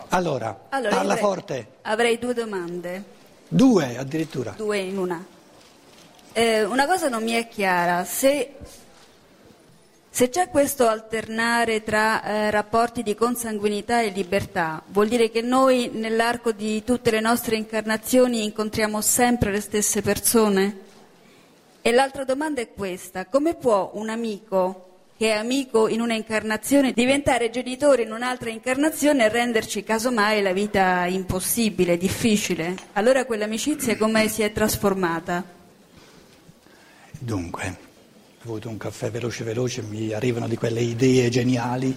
Allora, parla forte. Avrei due domande. Due addirittura. Due in una. Una cosa non mi è chiara, se c'è questo alternare tra rapporti di consanguinità e libertà, vuol dire che noi nell'arco di tutte le nostre incarnazioni incontriamo sempre le stesse persone? E l'altra domanda è questa: come può un amico che è amico in una incarnazione diventare genitore in un'altra incarnazione e renderci casomai la vita impossibile, difficile? Allora quell'amicizia come si è trasformata? Dunque, ho avuto un caffè veloce, mi arrivano di quelle idee geniali.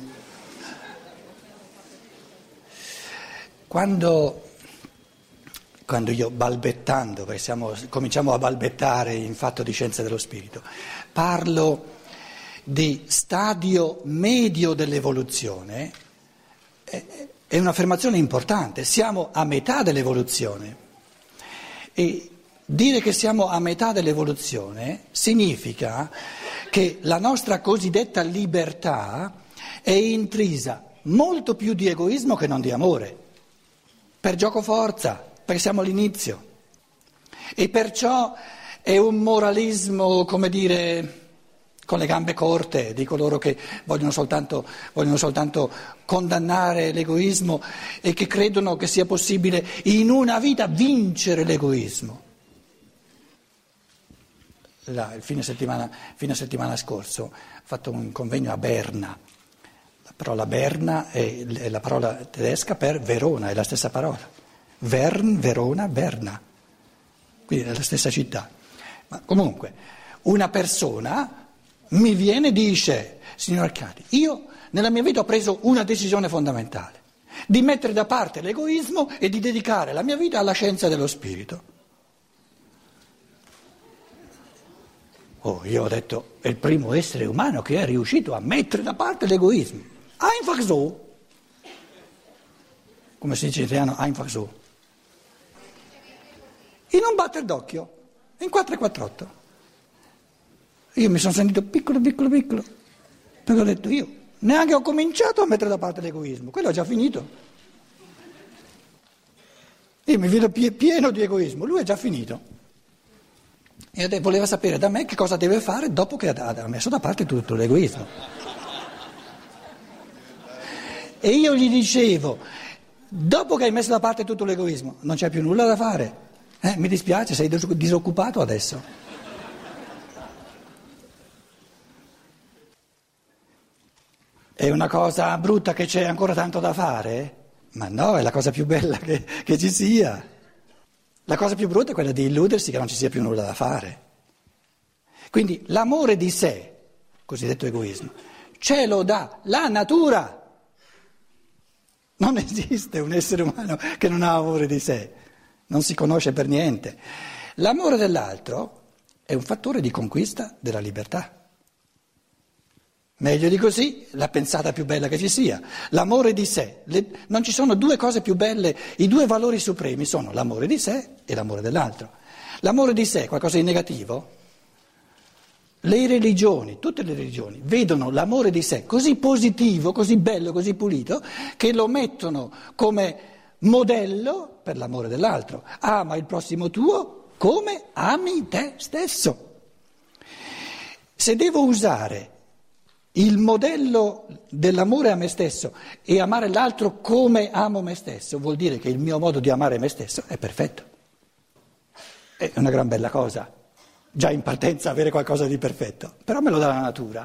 Quando io balbettando, perché cominciamo a balbettare in fatto di scienza dello spirito, parlo di stadio medio dell'evoluzione, è un'affermazione importante, siamo a metà dell'evoluzione. E dire che siamo a metà dell'evoluzione significa che la nostra cosiddetta libertà è intrisa molto più di egoismo che non di amore, per giocoforza, perché siamo all'inizio. E perciò è un moralismo, come dire, con le gambe corte, di coloro che vogliono soltanto condannare l'egoismo e che credono che sia possibile in una vita vincere l'egoismo. Il fine settimana scorso ho fatto un convegno a Berna. La parola Berna è la parola tedesca per Verona, è la stessa parola. Verona, Berna. Quindi è la stessa città. Ma comunque, una persona mi viene e dice: signor Arcadi, io nella mia vita ho preso una decisione fondamentale, di mettere da parte l'egoismo e di dedicare la mia vita alla scienza dello spirito. Io ho detto, è il primo essere umano che è riuscito a mettere da parte l'egoismo. Einfach so. Come si dice in italiano, einfach so. In un batter d'occhio, in 448. Io mi sono sentito piccolo, perché ho detto, io neanche ho cominciato a mettere da parte l'egoismo, quello ho già finito. Io mi vedo pieno di egoismo, lui è già finito. E voleva sapere da me che cosa deve fare dopo che ha messo da parte tutto l'egoismo. E io gli dicevo, dopo che hai messo da parte tutto l'egoismo, non c'è più nulla da fare. Mi dispiace, sei disoccupato adesso. È una cosa brutta che c'è ancora tanto da fare? Ma no, è la cosa più bella che ci sia. La cosa più brutta è quella di illudersi che non ci sia più nulla da fare. Quindi l'amore di sé, cosiddetto egoismo, ce lo dà la natura. Non esiste un essere umano che non ha amore di sé, non si conosce per niente. L'amore dell'altro è un fattore di conquista della libertà. Meglio di così, la pensata più bella che ci sia. L'amore di sé. Non ci sono due cose più belle, i due valori supremi sono l'amore di sé e l'amore dell'altro. L'amore di sé è qualcosa di negativo? Le religioni, tutte le religioni, vedono l'amore di sé così positivo, così bello, così pulito, che lo mettono come modello per l'amore dell'altro. Ama il prossimo tuo come ami te stesso. Se devo usare il modello dell'amore a me stesso e amare l'altro come amo me stesso, vuol dire che il mio modo di amare me stesso è perfetto. È una gran bella cosa, già in partenza avere qualcosa di perfetto, però me lo dà la natura.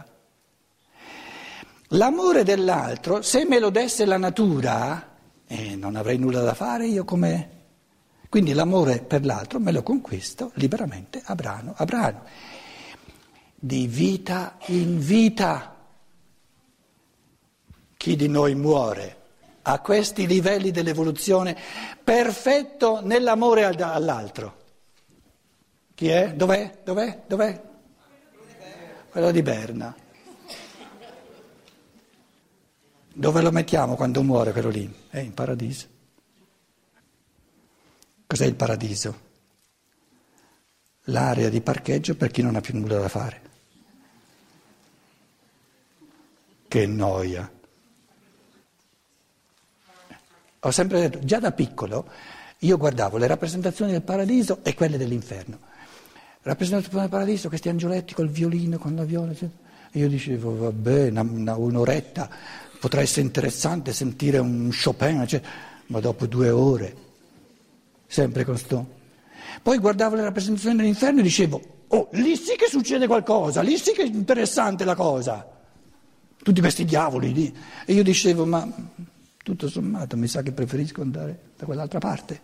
L'amore dell'altro, se me lo desse la natura, non avrei nulla da fare io come... Quindi l'amore per l'altro me lo conquisto liberamente a brano. Di vita in vita. Chi di noi muore a questi livelli dell'evoluzione perfetto nell'amore all'altro? Chi è? Dov'è? Quello di Berna. Dove lo mettiamo quando muore quello lì? In paradiso. Cos'è il paradiso? L'area di parcheggio per chi non ha più nulla da fare. Che noia. Ho sempre detto, già da piccolo, io guardavo le rappresentazioni del paradiso e quelle dell'inferno. Rappresentazione del paradiso, questi angioletti col violino, con la viola, eccetera. E io dicevo, vabbè, un'oretta potrà essere interessante sentire un Chopin, eccetera. Ma dopo 2 ore, sempre con sto. Poi guardavo le rappresentazioni dell'inferno e dicevo, oh, lì sì che succede qualcosa, lì sì che è interessante la cosa. Tutti questi diavoli lì. E io dicevo, ma tutto sommato mi sa che preferisco andare da quell'altra parte.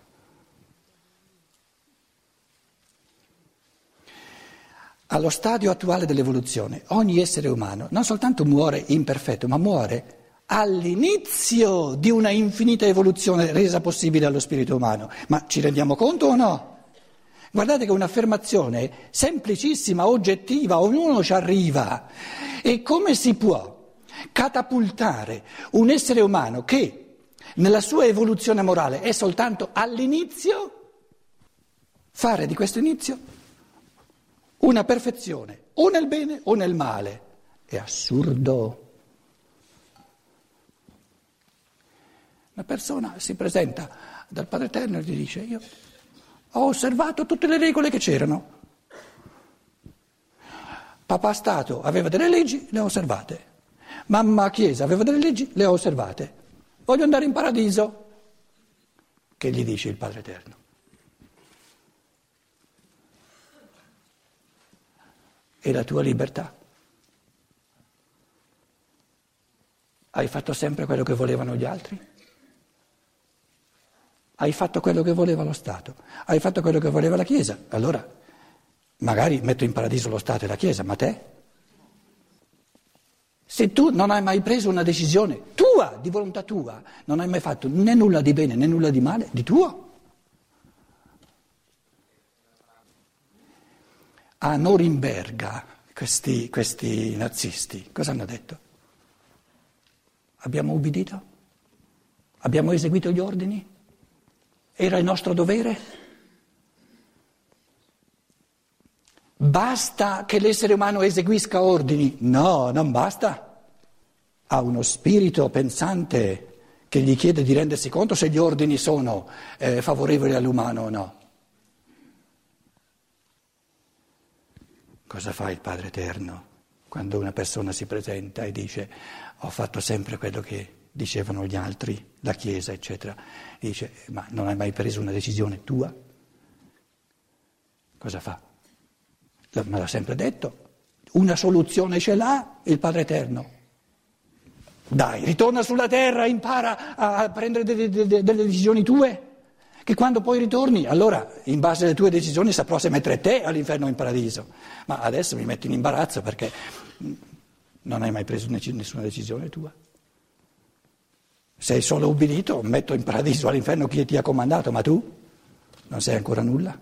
Allo stadio attuale dell'evoluzione, ogni essere umano non soltanto muore imperfetto, ma muore all'inizio di una infinita evoluzione resa possibile allo spirito umano. Ma ci rendiamo conto o no? Guardate che è un'affermazione semplicissima, oggettiva, ognuno ci arriva. E come si può catapultare un essere umano che nella sua evoluzione morale è soltanto all'inizio, fare di questo inizio una perfezione, o nel bene o nel male? È assurdo. Una persona si presenta dal Padre Eterno e gli dice, io ho osservato tutte le regole che c'erano. Papà Stato aveva delle leggi, le ho osservate. Mamma Chiesa aveva delle leggi, le ho osservate. Voglio andare in paradiso. Che gli dice il Padre Eterno? E la tua libertà? Hai fatto sempre quello che volevano gli altri? Hai fatto quello che voleva lo Stato? Hai fatto quello che voleva la Chiesa? Allora, magari metto in paradiso lo Stato e la Chiesa, ma te? Se tu non hai mai preso una decisione tua, di volontà tua, non hai mai fatto né nulla di bene né nulla di male, di tuo. A Norimberga, questi nazisti, cosa hanno detto? Abbiamo ubbidito? Abbiamo eseguito gli ordini? Era il nostro dovere? Basta che l'essere umano eseguisca ordini? No, non basta. Ha uno spirito pensante che gli chiede di rendersi conto se gli ordini sono favorevoli all'umano o no. Cosa fa il Padre Eterno quando una persona si presenta e dice ho fatto sempre quello che dicevano gli altri, la Chiesa, eccetera? E dice ma non hai mai preso una decisione tua? Cosa fa? Me l'ha sempre detto, una soluzione ce l'ha il Padre Eterno. Dai, ritorna sulla terra, impara a prendere delle decisioni tue. Che quando poi ritorni, allora, in base alle tue decisioni, saprò se mettere te all'inferno o in paradiso. Ma adesso mi metti in imbarazzo perché non hai mai preso nessuna decisione tua. Sei solo ubbidito, metto in paradiso o all'inferno chi ti ha comandato, ma tu non sei ancora nulla.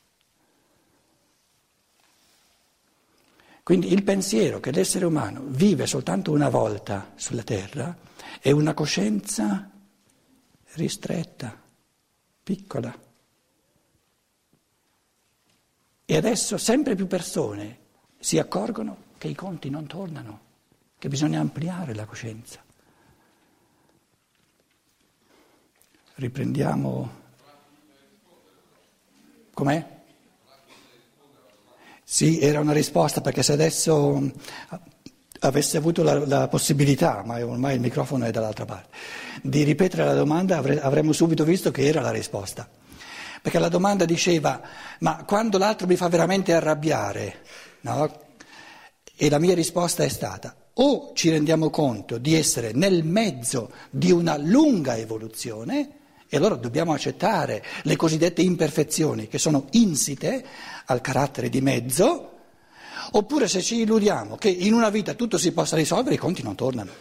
Quindi il pensiero che l'essere umano vive soltanto una volta sulla terra è una coscienza ristretta, piccola. E adesso sempre più persone si accorgono che i conti non tornano, che bisogna ampliare la coscienza. Riprendiamo. Com'è? Sì, era una risposta perché se adesso avesse avuto la possibilità, ma ormai il microfono è dall'altra parte, di ripetere la domanda avremmo subito visto che era la risposta. Perché la domanda diceva, ma quando l'altro mi fa veramente arrabbiare, no? E la mia risposta è stata, o ci rendiamo conto di essere nel mezzo di una lunga evoluzione, e allora dobbiamo accettare le cosiddette imperfezioni che sono insite al carattere di mezzo, oppure se ci illudiamo che in una vita tutto si possa risolvere, i conti non tornano.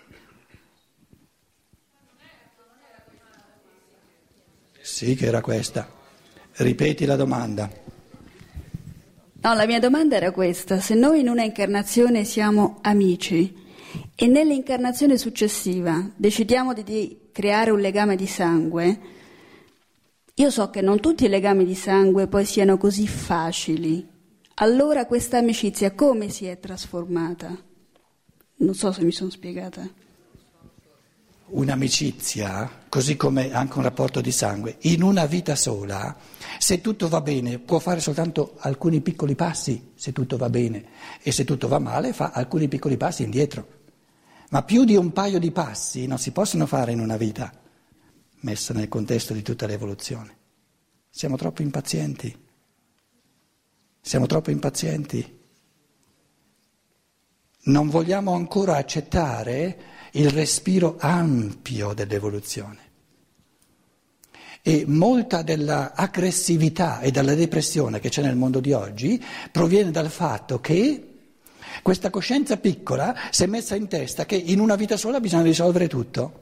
Sì che era questa. Ripeti la domanda. No, la mia domanda era questa: se noi in una incarnazione siamo amici e nell'incarnazione successiva decidiamo di creare un legame di sangue, io so che non tutti i legami di sangue poi siano così facili. Allora questa amicizia come si è trasformata? Non so se mi sono spiegata. un'amicizia, così come anche un rapporto di sangue, in una vita sola, se tutto va bene, può fare soltanto alcuni piccoli passi, se tutto va bene, e se tutto va male fa alcuni piccoli passi indietro. Ma più di un paio di passi non si possono fare in una vita, messa nel contesto di tutta l'evoluzione. Siamo troppo impazienti. Non vogliamo ancora accettare il respiro ampio dell'evoluzione. E molta dell'aggressività e della depressione che c'è nel mondo di oggi proviene dal fatto che questa coscienza piccola si è messa in testa che in una vita sola bisogna risolvere tutto.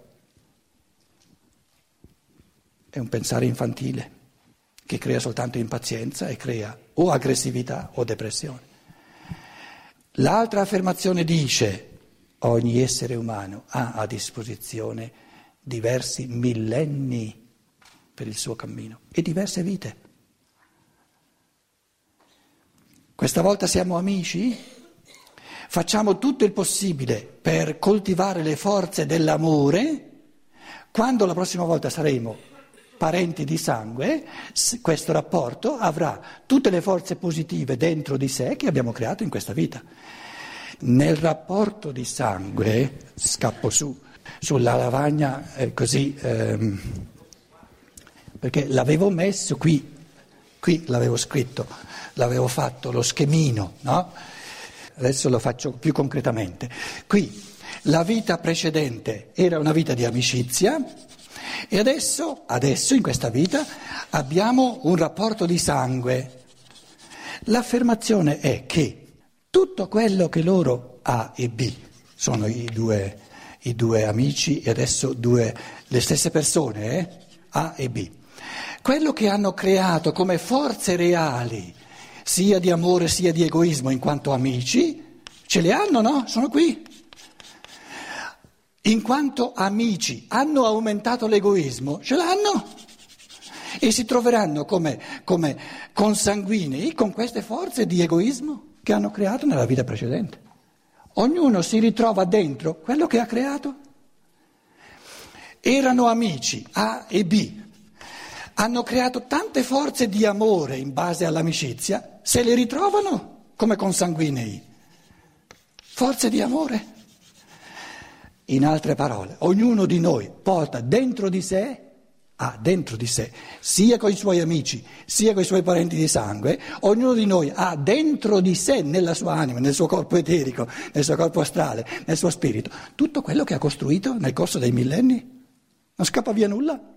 È un pensare infantile che crea soltanto impazienza e crea o aggressività o depressione. L'altra affermazione dice: ogni essere umano ha a disposizione diversi millenni per il suo cammino e diverse vite. Questa volta siamo amici? Facciamo tutto il possibile per coltivare le forze dell'amore. Quando la prossima volta saremo parenti di sangue, questo rapporto avrà tutte le forze positive dentro di sé che abbiamo creato in questa vita. Nel rapporto di sangue, scappo sulla lavagna così, perché l'avevo messo qui l'avevo scritto, l'avevo fatto lo schemino, no? Adesso lo faccio più concretamente. Qui la vita precedente era una vita di amicizia e adesso in questa vita abbiamo un rapporto di sangue. L'affermazione è che tutto quello che loro A e B sono i due amici e adesso le stesse persone, A e B, quello che hanno creato come forze reali sia di amore sia di egoismo in quanto amici, ce le hanno, no? Sono qui. In quanto amici hanno aumentato l'egoismo, ce l'hanno e si troveranno come consanguinei con queste forze di egoismo che hanno creato nella vita precedente. Ognuno si ritrova dentro quello che ha creato. Erano amici A e B, hanno creato tante forze di amore in base all'amicizia, se le ritrovano come consanguinei, forze di amore. In altre parole, ognuno di noi porta dentro di sé, sia con i suoi amici, sia con i suoi parenti di sangue, ognuno di noi ha dentro di sé, nella sua anima, nel suo corpo eterico, nel suo corpo astrale, nel suo spirito, tutto quello che ha costruito nel corso dei millenni. Non scappa via nulla?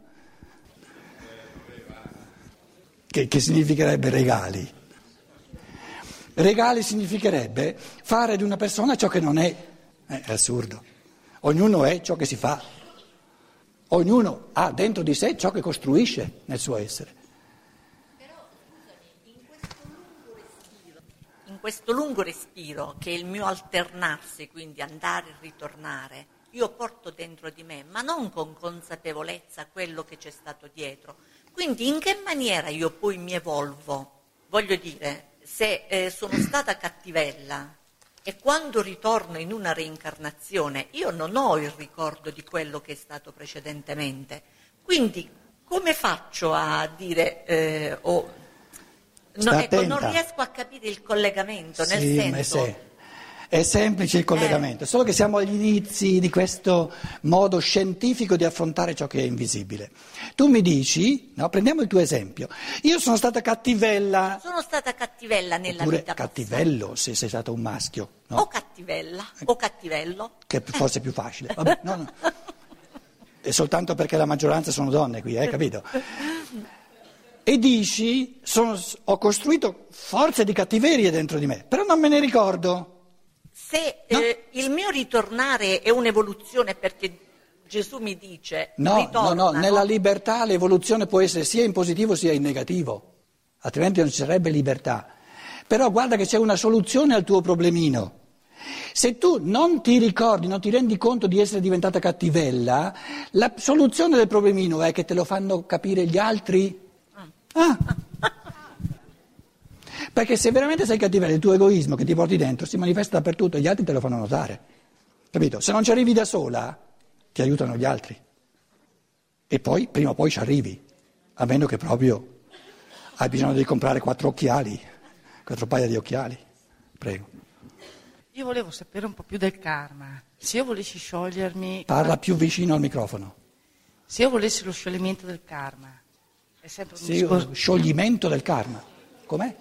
Che significherebbe regali? Regali significherebbe fare di una persona ciò che non è. È assurdo. Ognuno è ciò che si fa. Ognuno ha dentro di sé ciò che costruisce nel suo essere. Però, scusami, in questo lungo respiro, che è il mio alternarsi, quindi andare e ritornare, io porto dentro di me, ma non con consapevolezza quello che c'è stato dietro. Quindi in che maniera io poi mi evolvo? Voglio dire, se sono stata cattivella e quando ritorno in una reincarnazione io non ho il ricordo di quello che è stato precedentemente. Quindi come faccio a dire non riesco a capire il collegamento, nel senso. È semplice il collegamento, solo che siamo agli inizi di questo modo scientifico di affrontare ciò che è invisibile. Tu mi dici, no, prendiamo il tuo esempio, io sono stata cattivella. Sono stata cattivella nella oppure vita cattivello, se sei stato un maschio. No? O cattivella, o cattivello. Che forse è più facile. Vabbè, no. È soltanto perché la maggioranza sono donne qui, capito? E dici, ho costruito forze di cattiveria dentro di me, però non me ne ricordo. Se il mio ritornare è un'evoluzione, perché Gesù mi dice No, nella libertà l'evoluzione può essere sia in positivo sia in negativo, altrimenti non ci sarebbe libertà. Però guarda che c'è una soluzione al tuo problemino. Se tu non ti ricordi, non ti rendi conto di essere diventata cattivella, la soluzione del problemino è che te lo fanno capire gli altri. Perché se veramente sei cattivello, il tuo egoismo che ti porti dentro si manifesta dappertutto e gli altri te lo fanno notare, capito? Se non ci arrivi da sola, ti aiutano gli altri. E poi, prima o poi ci arrivi, a meno che proprio hai bisogno di comprare 4 paia di occhiali. Prego. Io volevo sapere un po' più del karma. Se io volessi sciogliermi... Parla più vicino al microfono. Se io volessi lo scioglimento del karma, è sempre un discorso... Scioglimento del karma. Com'è?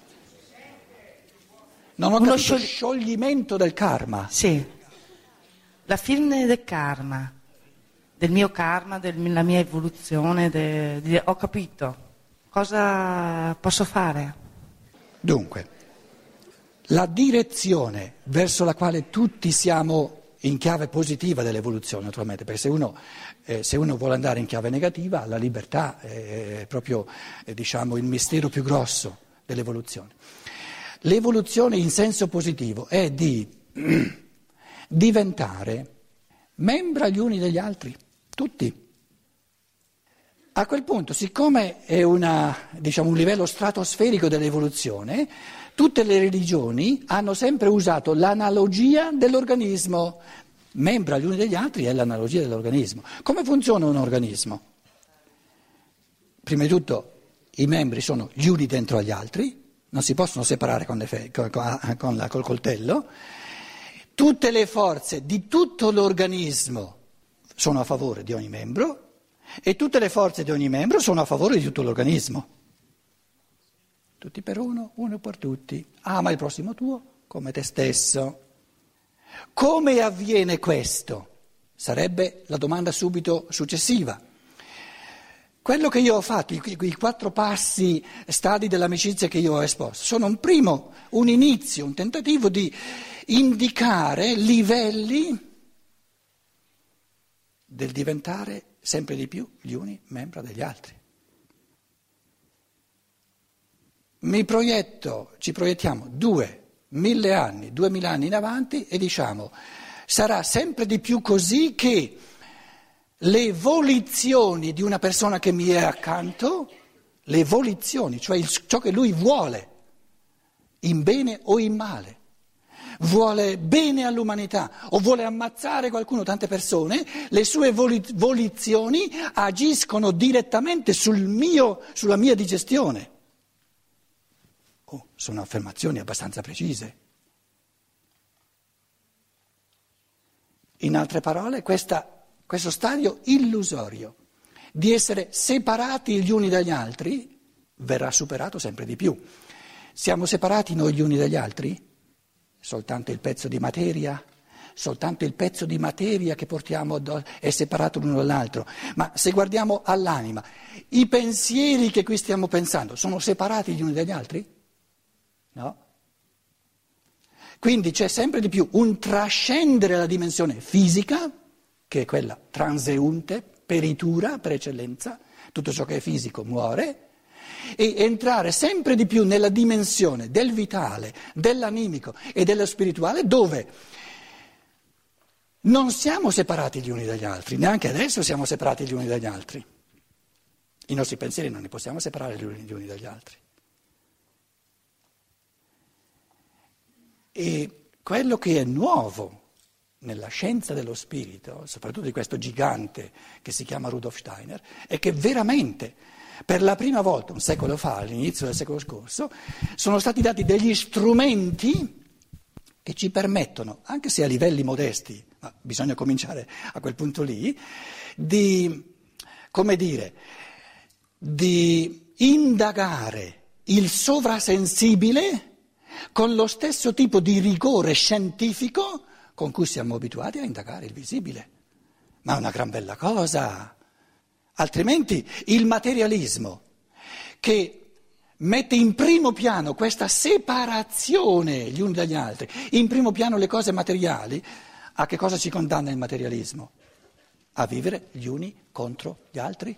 Non ho capito. Scioglimento del karma. Sì. La fine del karma, del mio karma, della mia evoluzione, ho capito. Cosa posso fare? Dunque, la direzione verso la quale tutti siamo in chiave positiva dell'evoluzione, naturalmente, perché se uno vuole andare in chiave negativa, la libertà è proprio diciamo, il mistero più grosso dell'evoluzione. L'evoluzione in senso positivo è di diventare membra gli uni degli altri, tutti. A quel punto, siccome è un livello stratosferico dell'evoluzione, tutte le religioni hanno sempre usato l'analogia dell'organismo. Membra gli uni degli altri è l'analogia dell'organismo. Come funziona un organismo? Prima di tutto i membri sono gli uni dentro agli altri, non si possono separare col coltello. Tutte le forze di tutto l'organismo sono a favore di ogni membro. E tutte le forze di ogni membro sono a favore di tutto l'organismo. Tutti per uno, uno per tutti. Ama il prossimo tuo come te stesso. Come avviene questo? Sarebbe la domanda subito successiva. Quello che io ho fatto, i 4 passi, stadi dell'amicizia che io ho esposto, sono un inizio, un tentativo di indicare livelli del diventare sempre di più gli uni membra degli altri. Ci proiettiamo 2000 anni in avanti e diciamo sarà sempre di più così che le volizioni di una persona che mi è accanto, le volizioni, cioè ciò che lui vuole, in bene o in male, vuole bene all'umanità o vuole ammazzare qualcuno, tante persone, le sue volizioni agiscono direttamente sulla mia digestione. Sono affermazioni abbastanza precise. In altre parole, questo stadio illusorio di essere separati gli uni dagli altri verrà superato sempre di più. Siamo separati noi gli uni dagli altri? Soltanto il pezzo di materia? Soltanto il pezzo di materia che portiamo è separato l'uno dall'altro. Ma se guardiamo all'anima, i pensieri che qui stiamo pensando sono separati gli uni dagli altri? No. Quindi c'è sempre di più un trascendere la dimensione fisica, che è quella transeunte, peritura per eccellenza, tutto ciò che è fisico muore, e entrare sempre di più nella dimensione del vitale, dell'animico e dello spirituale, dove non siamo separati gli uni dagli altri, neanche adesso siamo separati gli uni dagli altri. I nostri pensieri non li possiamo separare gli uni dagli altri. E quello che è nuovo nella scienza dello spirito, soprattutto di questo gigante che si chiama Rudolf Steiner, è che veramente per la prima volta, un secolo fa, all'inizio del secolo scorso, sono stati dati degli strumenti che ci permettono, anche se a livelli modesti, ma bisogna cominciare a quel punto lì, di indagare il sovrasensibile con lo stesso tipo di rigore scientifico con cui siamo abituati a indagare il visibile. Ma è una gran bella cosa. Altrimenti il materialismo che mette in primo piano questa separazione gli uni dagli altri, in primo piano le cose materiali, a che cosa ci condanna il materialismo? A vivere gli uni contro gli altri?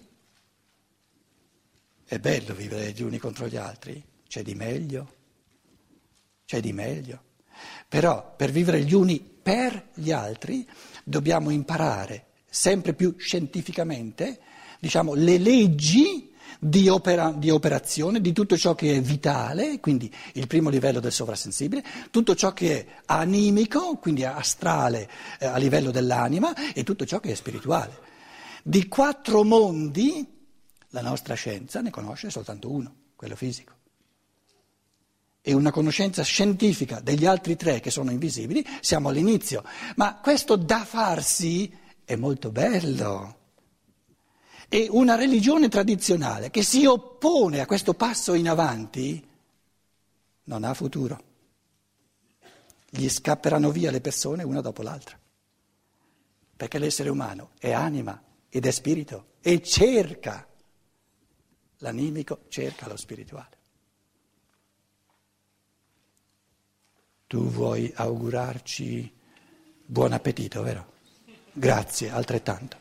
È bello vivere gli uni contro gli altri? C'è di meglio. Però per vivere gli uni per gli altri dobbiamo imparare sempre più scientificamente, le leggi di operazione, di tutto ciò che è vitale, quindi il primo livello del sovrasensibile, tutto ciò che è animico, quindi astrale a livello dell'anima, e tutto ciò che è spirituale. Di 4 mondi la nostra scienza ne conosce soltanto uno, quello fisico. E una conoscenza scientifica degli altri 3 che sono invisibili, siamo all'inizio. Ma questo da farsi è molto bello. E una religione tradizionale che si oppone a questo passo in avanti non ha futuro. Gli scapperanno via le persone una dopo l'altra. Perché l'essere umano è anima ed è spirito e cerca, l'animico cerca lo spirituale. Tu vuoi augurarci buon appetito, vero? Grazie, altrettanto.